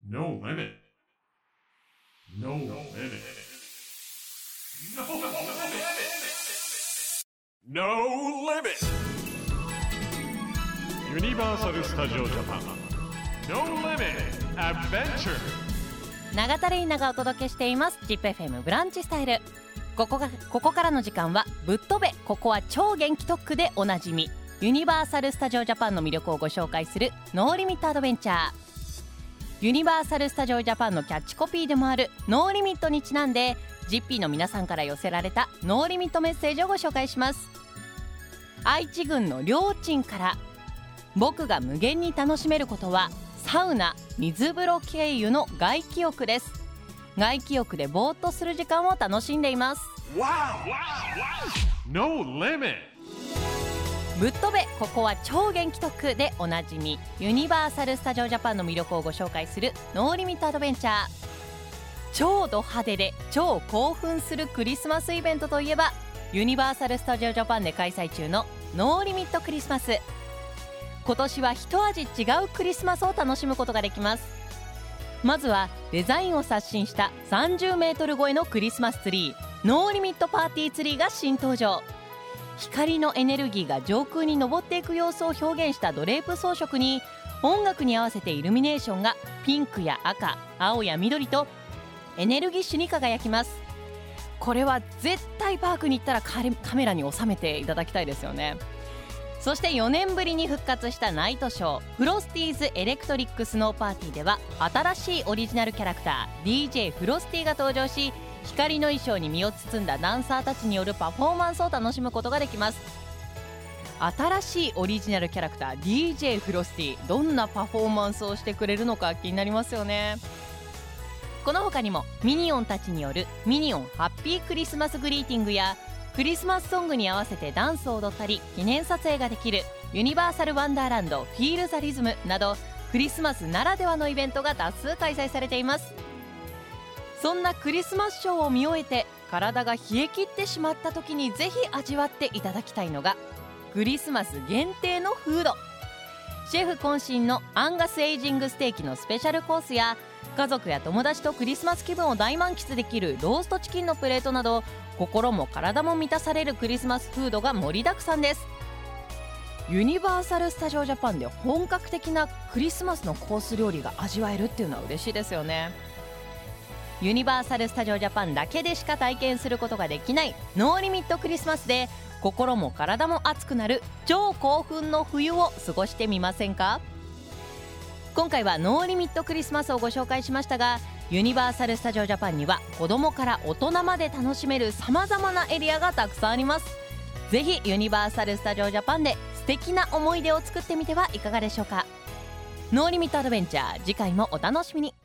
No limit. No limit. No limit. Universal Studio Japan. No limit adventure. 永田玲奈がお届けしています ZIPFM ブランチスタイル。ここからの時間はぶっ飛べ、ここは超元気特区でおなじみユニバーサル・スタジオ・ジャパンの魅力をご紹介するノーリミット・アドベンチャー。ユニバーサル・スタジオ・ジャパンのキャッチコピーでもあるノーリミットにちなんで ZIPP の皆さんから寄せられたノーリミットメッセージをご紹介します。愛知郡のりょうちんから、僕が無限に楽しめることはサウナ、水風呂経由の外気浴です。外気浴でぼーっとする時間を楽しんでいます。 No limit. ぶっ飛べ、ここは超元気特区でおなじみユニバーサル・スタジオ・ジャパンの魅力をご紹介するノーリミット・アドベンチャー。超ド派手で超興奮するクリスマスイベントといえばユニバーサル・スタジオ・ジャパンで開催中のノーリミット・クリスマス。今年は一味違うクリスマスを楽しむことができます。まずはデザインを刷新した30メートル超えのクリスマスツリー、ノーリミットパーティーツリーが新登場。光のエネルギーが上空に昇っていく様子を表現したドレープ装飾に、音楽に合わせてイルミネーションがピンクや赤、青や緑とエネルギッシュに輝きます。これは絶対パークに行ったらカメラに収めていただきたいですよね。そして4年ぶりに復活したナイトショー、フロスティーズエレクトリックスノーパーティーでは新しいオリジナルキャラクター DJ フロスティが登場し、光の衣装に身を包んだダンサーたちによるパフォーマンスを楽しむことができます。新しいオリジナルキャラクター DJ フロスティ、どんなパフォーマンスをしてくれるのか気になりますよね。この他にもミニオンたちによるミニオンハッピークリスマスグリーティングやクリスマスソングに合わせてダンスを踊ったり記念撮影ができるユニバーサルワンダーランドフィールザリズムなど、クリスマスならではのイベントが多数開催されています。そんなクリスマスショーを見終えて体が冷え切ってしまった時にぜひ味わっていただきたいのがクリスマス限定のフード。シェフ渾身のアンガスエイジングステーキのスペシャルコースや、家族や友達とクリスマス気分を大満喫できるローストチキンのプレートなど、心も体も満たされるクリスマスフードが盛りだくさんです。ユニバーサル・スタジオ・ジャパンで本格的なクリスマスのコース料理が味わえるっていうのは嬉しいですよね。ユニバーサル・スタジオ・ジャパンだけでしか体験することができないノーリミットクリスマスで、心も体も熱くなる超興奮の冬を過ごしてみませんか。今回はノーリミットクリスマスをご紹介しましたが、ユニバーサル・スタジオ・ジャパンには子供から大人まで楽しめるさまざまなエリアがたくさんあります。ぜひユニバーサル・スタジオ・ジャパンで素敵な思い出を作ってみてはいかがでしょうか。ノーリミットアドベンチャー、次回もお楽しみに。